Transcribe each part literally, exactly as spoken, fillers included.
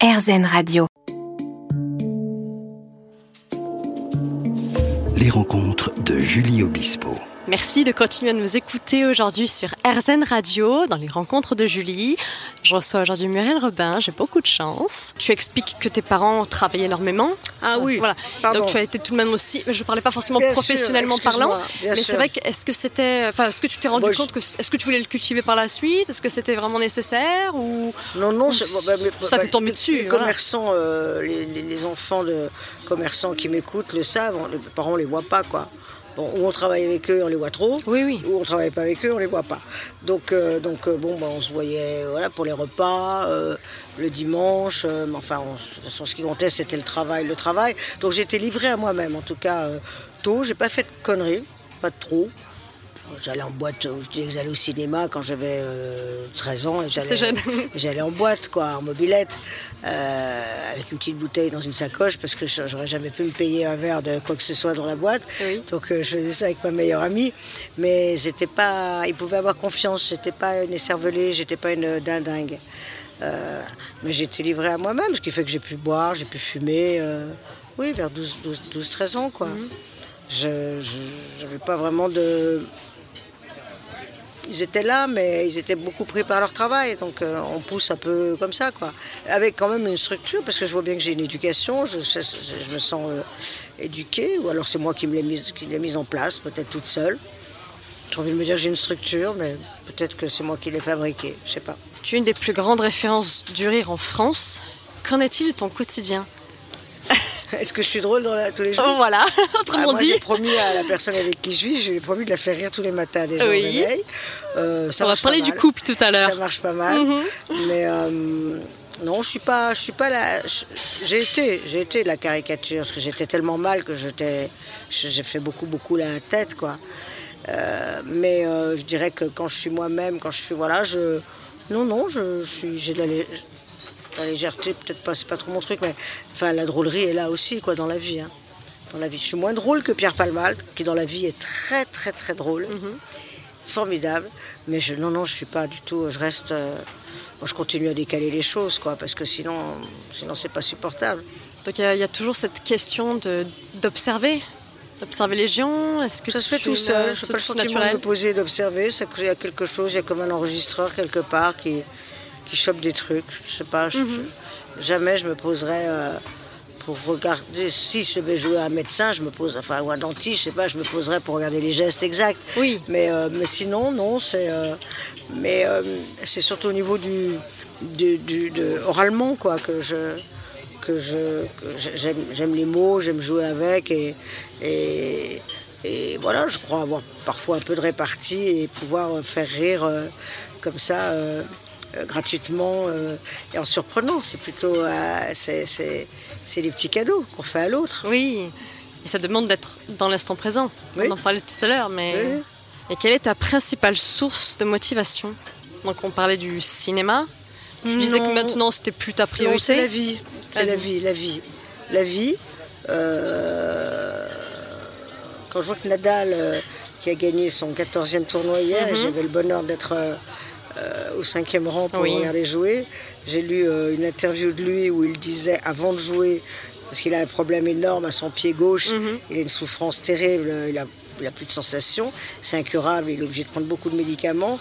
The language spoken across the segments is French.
AirZen Radio. Les rencontres de Julie Obispo. Merci de continuer à nous écouter aujourd'hui sur AirZen Radio, dans les rencontres de Julie. Je reçois aujourd'hui Muriel Robin, j'ai beaucoup de chance. Tu expliques que tes parents travaillaient énormément. Ah oui, voilà. pardon. Donc tu as été tout de même aussi, je ne parlais pas forcément Bien professionnellement sûr, parlant, bien mais sûr. c'est vrai que, est-ce que c'était, enfin, est-ce que tu t'es rendu Moi, compte que, est-ce que tu voulais le cultiver par la suite? Est-ce que c'était vraiment nécessaire ou Non, non, ou c'est, bon, bah, mais, ça bah, t'est tombé les, dessus? Les voilà. commerçants, euh, les, les, les enfants de commerçants qui m'écoutent le savent, les parents ne les voient pas, quoi. Bon, ou on travaille avec eux, on les voit trop, Oui, oui. ou on ne travaille pas avec eux, on les voit pas. Donc, euh, donc euh, bon, bah, on se voyait voilà, pour les repas, euh, le dimanche, euh, mais enfin, on, de toute façon, ce qui comptait, c'était le travail, le travail. Donc j'étais livrée à moi-même, en tout cas, euh, tôt. J'ai pas fait de conneries, pas de trop. J'allais en boîte, je disais que j'allais au cinéma quand j'avais euh, treize ans. Et j'allais, C'est jeune. J'allais en boîte, quoi, en mobilette, euh, avec une petite bouteille dans une sacoche, parce que j'aurais jamais pu me payer un verre de quoi que ce soit dans la boîte. Oui. Donc euh, je faisais ça avec ma meilleure amie. Mais j'étais pas, ils pouvaient avoir confiance, j'étais pas une écervelée, j'étais pas une dindingue. Euh, mais j'étais livrée à moi-même, ce qui fait que j'ai pu boire, j'ai pu fumer, euh, oui, vers douze treize ans, quoi. Mmh. Je n'avais pas vraiment de... Ils étaient là, mais ils étaient beaucoup pris par leur travail. Donc euh, on pousse un peu comme ça, quoi. Avec quand même une structure, parce que je vois bien que j'ai une éducation, je, je, je me sens euh, éduquée, ou alors c'est moi qui me l'ai mise, qui l'ai mise en place, peut-être toute seule. J'ai envie de me dire que j'ai une structure, mais peut-être que c'est moi qui l'ai fabriquée, je sais pas. Tu es une des plus grandes références du rire en France. Qu'en est-il de ton quotidien ? Est-ce que je suis drôle dans la, tous les jours? Oh, voilà, autrement ah, moi, dit. J'ai promis à la personne avec qui je vis, j'ai promis de la faire rire tous les matins déjà oui. au réveil. Euh, ça On va parler du couple tout à l'heure. Ça marche pas mal. Mm-hmm. Mais euh, non, je suis pas, je suis pas la. J'ai été, j'ai été la caricature parce que j'étais tellement mal que j'étais, j'ai fait beaucoup, beaucoup la tête, quoi. Euh, mais euh, je dirais que quand je suis moi-même, quand je suis voilà, je, non, non, je, je suis, j'ai de la. La légèreté, peut-être pas, c'est pas trop mon truc, mais enfin, la drôlerie est là aussi, quoi, dans la vie. Hein. Dans la vie. Je suis moins drôle que Pierre Palmade, qui dans la vie est très, très, très drôle. Mm-hmm. Formidable. Mais je, non, non, je suis pas du tout. Je reste. Euh, moi, je continue à décaler les choses, quoi, parce que sinon, sinon c'est pas supportable. Donc, il y, y a toujours cette question de, d'observer D'observer les gens. Est-ce que ça se fait tout seul. Je n'ai pas le sentiment de me poser et d'observer. Il y a quelque chose, il y a comme un enregistreur quelque part qui. qui chope des trucs, je sais pas, je, mm-hmm. je, jamais je me poserais euh, pour regarder, si je devais jouer à un médecin, je me pose, enfin, ou un dentiste, je sais pas, je me poserais pour regarder les gestes exacts. Oui. Mais, euh, mais sinon, non, c'est, euh, mais, euh, c'est surtout au niveau du, du, du de, oralement, quoi, que je, que je, que j'aime, j'aime les mots, j'aime jouer avec, et, et, et voilà, je crois avoir parfois un peu de répartie et pouvoir faire rire euh, comme ça, euh, gratuitement euh, et en surprenant. C'est plutôt euh, c'est, c'est, c'est les petits cadeaux qu'on fait à l'autre. Oui, et ça demande d'être dans l'instant présent. Oui. On en parlait tout à l'heure, mais... Oui. Et quelle est ta principale source de motivation? Donc on parlait du cinéma. Je non. disais que maintenant c'était plus ta priorité. Non, c'est la vie. C'est la, la vie, la vie. La vie. Euh... Quand je vois que Nadal, euh, qui a gagné son quatorzième tournoi hier, mm-hmm. et j'avais le bonheur d'être... Euh, Euh, au cinquième rang pour oui. regarder jouer. J'ai lu euh, une interview de lui où il disait, avant de jouer, parce qu'il a un problème énorme à son pied gauche, mm-hmm. il a une souffrance terrible, il a, il a plus de sensation, c'est incurable, il est obligé de prendre beaucoup de médicaments.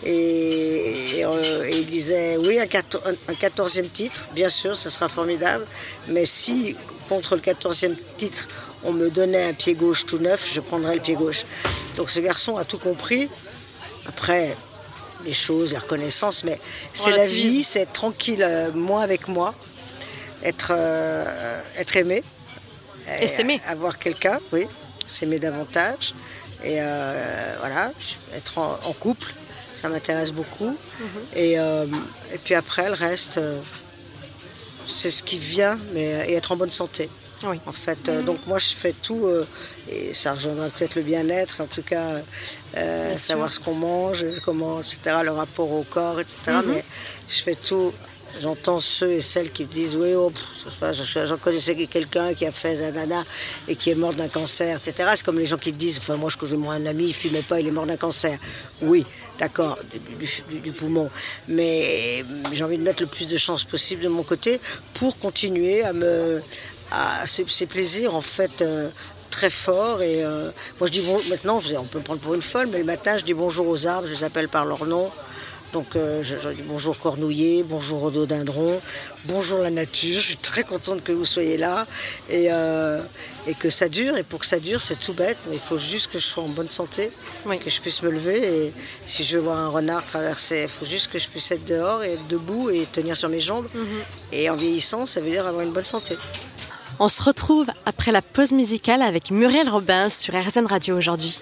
Et, et, euh, et il disait, oui, un, un quatorzième titre, bien sûr, ce sera formidable, mais si, contre le quatorzième titre, on me donnait un pied gauche tout neuf, je prendrais le pied gauche. Donc ce garçon a tout compris. Après... les choses, la reconnaissance, mais c'est la vie, c'est être tranquille, euh, moi avec moi, être, euh, être aimé. Et, et s'aimer. Avoir quelqu'un, oui, s'aimer davantage. Et euh, voilà, être en, en couple, ça m'intéresse beaucoup. Mm-hmm. Et, euh, et puis après, le reste, euh, c'est ce qui vient, mais et être en bonne santé. Oui. En fait, euh, donc moi je fais tout, euh, et ça rejoindra peut-être le bien-être, en tout cas, euh, savoir ce qu'on mange, comment, et cetera, le rapport au corps, et cetera. Mm-hmm. Mais je fais tout. J'entends ceux et celles qui me disent oui, oh, pff, j'en connaissais quelqu'un qui a fait Zanana et qui est mort d'un cancer, et cetera. C'est comme les gens qui te disent, enfin moi je connais un ami, il fumait pas, il est mort d'un cancer. Oui, d'accord, du, du, du poumon. Mais j'ai envie de mettre le plus de chance possible de mon côté pour continuer à me... à ces, ces plaisirs, en fait... Euh, très fort et euh, moi je dis bon, maintenant on peut me prendre pour une folle, mais le matin je dis bonjour aux arbres, je les appelle par leur nom, donc euh, je, je dis bonjour cornouiller, bonjour rhododendron, bonjour la nature, je suis très contente que vous soyez là et, euh, et que ça dure, et pour que ça dure c'est tout bête, mais il faut juste que je sois en bonne santé, oui. Que je puisse me lever, et si je veux voir un renard traverser, il faut juste que je puisse être dehors et être debout et tenir sur mes jambes, mm-hmm. Et en vieillissant ça veut dire avoir une bonne santé. On se retrouve après la pause musicale avec Muriel Robin sur R Z N Radio aujourd'hui.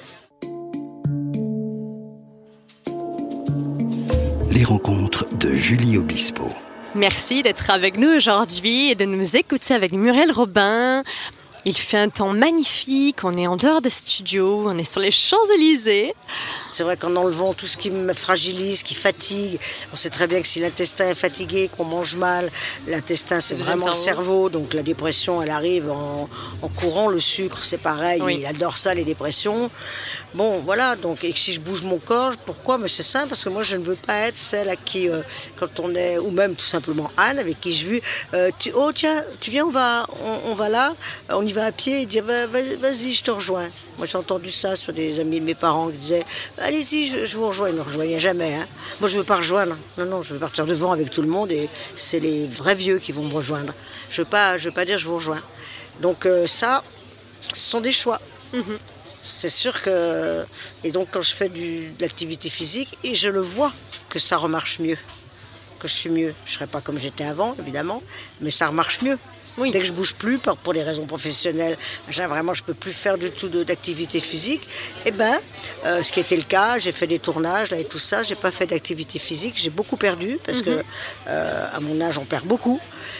Les rencontres de Julie Obispo. Merci d'être avec nous aujourd'hui et de nous écouter avec Muriel Robin. Il fait un temps magnifique, on est en dehors des studios, on est sur les Champs-Élysées. C'est vrai qu'en enlevant tout ce qui me fragilise, qui fatigue, on sait très bien que si l'intestin est fatigué, qu'on mange mal, l'intestin c'est vraiment le cerveau, donc la dépression elle arrive en, en courant, le sucre c'est pareil, oui. Il adore ça les dépressions. Bon voilà, donc et si je bouge mon corps, pourquoi? Mais c'est simple, parce que moi je ne veux pas être celle à qui, euh, quand on est, ou même tout simplement Anne, avec qui je vis, euh, tu, oh tiens, tu viens, on va, on, on va là, on y va à pied, et dire vas-y je te rejoins. Moi j'ai entendu ça sur des amis de mes parents qui disaient allez-y, je, je vous rejoins. Ils ne me rejoignaient jamais. Hein. Moi je ne veux pas rejoindre. Non, non, je veux partir devant avec tout le monde et c'est les vrais vieux qui vont me rejoindre. Je ne veux pas, je veux pas dire je vous rejoins. Donc euh, ça, ce sont des choix. Mm-hmm. C'est sûr que... Et donc quand je fais du, de l'activité physique, et je le vois que ça remarche mieux, que je suis mieux. Je ne serai pas comme j'étais avant, évidemment, mais ça remarche mieux. Oui. Dès que je bouge plus, pour des raisons professionnelles, vraiment je peux plus faire du tout de, d'activité physique, et ben, euh, ce qui était le cas, j'ai fait des tournages là et tout ça, j'ai pas fait d'activité physique, j'ai beaucoup perdu parce mm-hmm. que euh, à mon âge on perd beaucoup.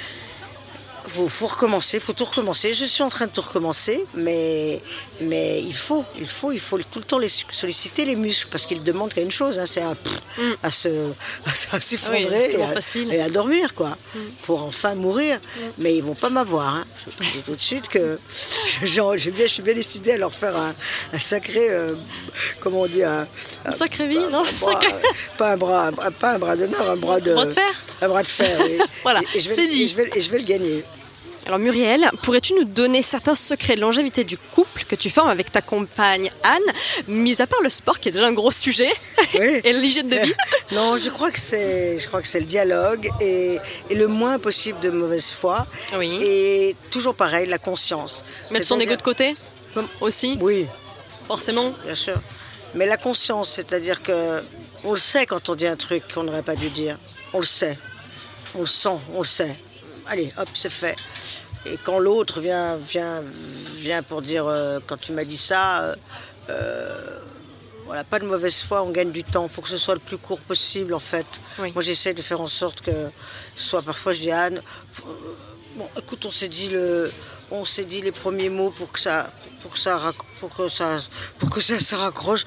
Faut, faut recommencer, faut tout recommencer. Je suis en train de tout recommencer, mais, mais il faut, il faut, il faut tout le temps les solliciter les muscles parce qu'ils demandent qu'à une chose, hein, c'est à, mm. à, se, à, à s'effondrer oui, et, à, et à dormir, quoi, mm. pour enfin mourir. Mm. Mais ils vont pas m'avoir. Hein. Je vous dis tout de suite que genre, j'ai bien, je suis bien décidée à leur faire un, un sacré, euh, comment on dit, un, un sacré vie, non un bras, sacré... Pas un bras, un, pas un bras d'honneur, un bras de, bras de fer. Un bras de fer. Et, voilà, et, et je vais, c'est dit. Et je, vais, et je vais le gagner. Alors Muriel, pourrais-tu nous donner certains secrets de longévité du couple que tu formes avec ta compagne Anne, mis à part le sport qui est déjà un gros sujet, oui. et l'hygiène de vie? Non, je crois que c'est, je crois que c'est le dialogue et, et le moins possible de mauvaise foi. Oui. Et toujours pareil, la conscience. Mettre son ego de côté Comme... aussi? Oui. Forcément. Bien sûr. Mais la conscience, c'est-à-dire que on le sait quand on dit un truc qu'on n'aurait pas dû dire. On le sait. On le sent, on le sait. Allez, hop, c'est fait. Et quand l'autre vient, vient, vient pour dire, euh, quand tu m'as dit ça, euh, voilà, pas de mauvaise foi, on gagne du temps. Il faut que ce soit le plus court possible, en fait. Oui. Moi, j'essaie de faire en sorte que, soit parfois, je dis à Anne, euh, bon, écoute, on s'est dit le, on s'est dit les premiers mots pour que ça, pour que ça, pour que ça, pour que ça se raccroche.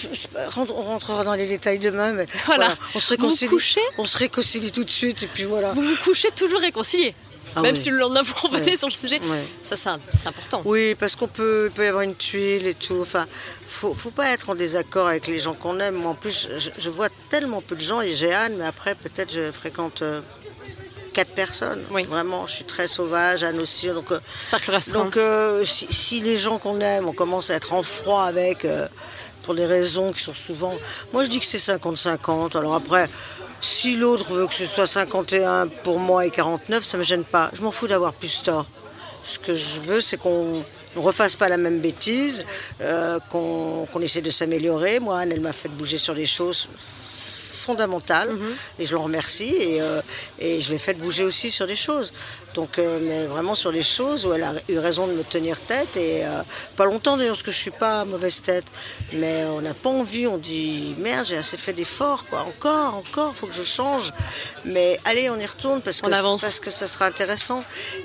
On rentrera dans les détails demain, mais voilà. Voilà, on se réconcilie. Vous vous couchez on se réconcilie tout de suite, et puis voilà. Vous vous couchez toujours réconciliés. Ah Même oui. si le lendemain vous revenez ouais. sur le sujet, ouais. ça c'est, c'est important. Oui, parce qu'on peut, il peut y avoir une tuile et tout. Enfin, faut, faut pas être en désaccord avec les gens qu'on aime. Moi, en plus, je, je vois tellement peu de gens, et j'ai Anne, mais après peut-être je fréquente euh, quatre personnes. Oui. Vraiment, je suis très sauvage, Anne aussi. Donc, euh, cercle restreint. Donc, euh, si, si les gens qu'on aime, on commence à être en froid avec, euh, pour des raisons qui sont souvent. Moi, je dis que c'est cinquante cinquante. Alors après. Si l'autre veut que ce soit cinquante et un pour moi et quarante-neuf, ça ne me gêne pas. Je m'en fous d'avoir plus tort. Ce que je veux, c'est qu'on ne refasse pas la même bêtise, euh, qu'on, qu'on essaie de s'améliorer. Moi, Anne, elle m'a fait bouger sur des choses fondamentales, mm-hmm. et je l'en remercie. Et, euh, et je l'ai fait bouger aussi sur des choses. Donc, euh, mais vraiment sur des choses où elle a eu raison de me tenir tête. Et euh, pas longtemps d'ailleurs, parce que je ne suis pas mauvaise tête. Mais on n'a pas envie, on dit merde, j'ai assez fait d'efforts, quoi. Encore, encore, il faut que je change. Mais allez, on y retourne parce que, on avance. parce que ça sera intéressant.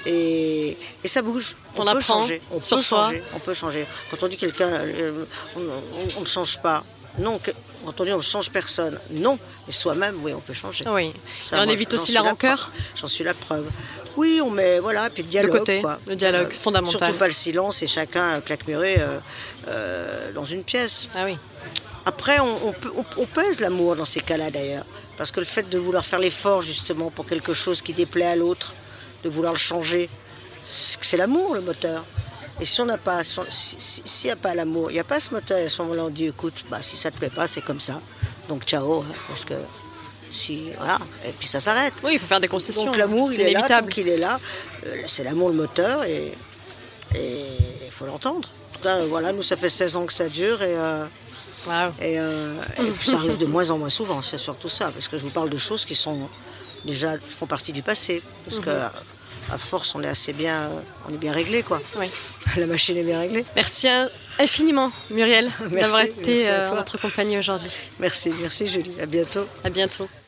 Et, et ça bouge. On, on peut apprend changer. On sur peut soi. changer. On peut changer. Quand on dit quelqu'un, euh, on, on, on ne change pas. Non, quand on dit on ne change personne, non. Mais soi-même, oui, on peut changer. Oui. Ça, et on moi, évite aussi la rancœur. J'en suis la preuve. Oui, on met, voilà, puis le dialogue. Le côté, quoi. le dialogue, euh, fondamental. Surtout pas le silence et chacun claque-muré euh, euh, dans une pièce. Ah oui. Après, on, on, peut, on, on pèse l'amour dans ces cas-là d'ailleurs. Parce que le fait de vouloir faire l'effort justement pour quelque chose qui déplaît à l'autre, de vouloir le changer, c'est l'amour le moteur. Et si on n'a pas, s'il si, si n'y a pas l'amour, il n'y a pas ce moteur, et à ce moment-là on dit écoute, bah, si ça ne te plaît pas, c'est comme ça. Donc ciao, hein, parce que si, voilà, et puis ça s'arrête. Oui, il faut faire des concessions. Donc l'amour, c'est il inévitable. est là, donc il est là. Euh, c'est l'amour le moteur et il faut l'entendre. En tout cas, voilà, nous ça fait seize ans que ça dure et, euh, wow. et, euh, et puis ça arrive de moins en moins souvent, c'est surtout ça, parce que je vous parle de choses qui sont déjà font partie du passé, parce mm-hmm. que à force, on est assez bien, on est bien réglé, quoi. Oui. La machine est bien réglée. Merci infiniment, Muriel, merci, d'avoir été merci en notre compagnie aujourd'hui. Merci, merci Julie. À bientôt. À bientôt.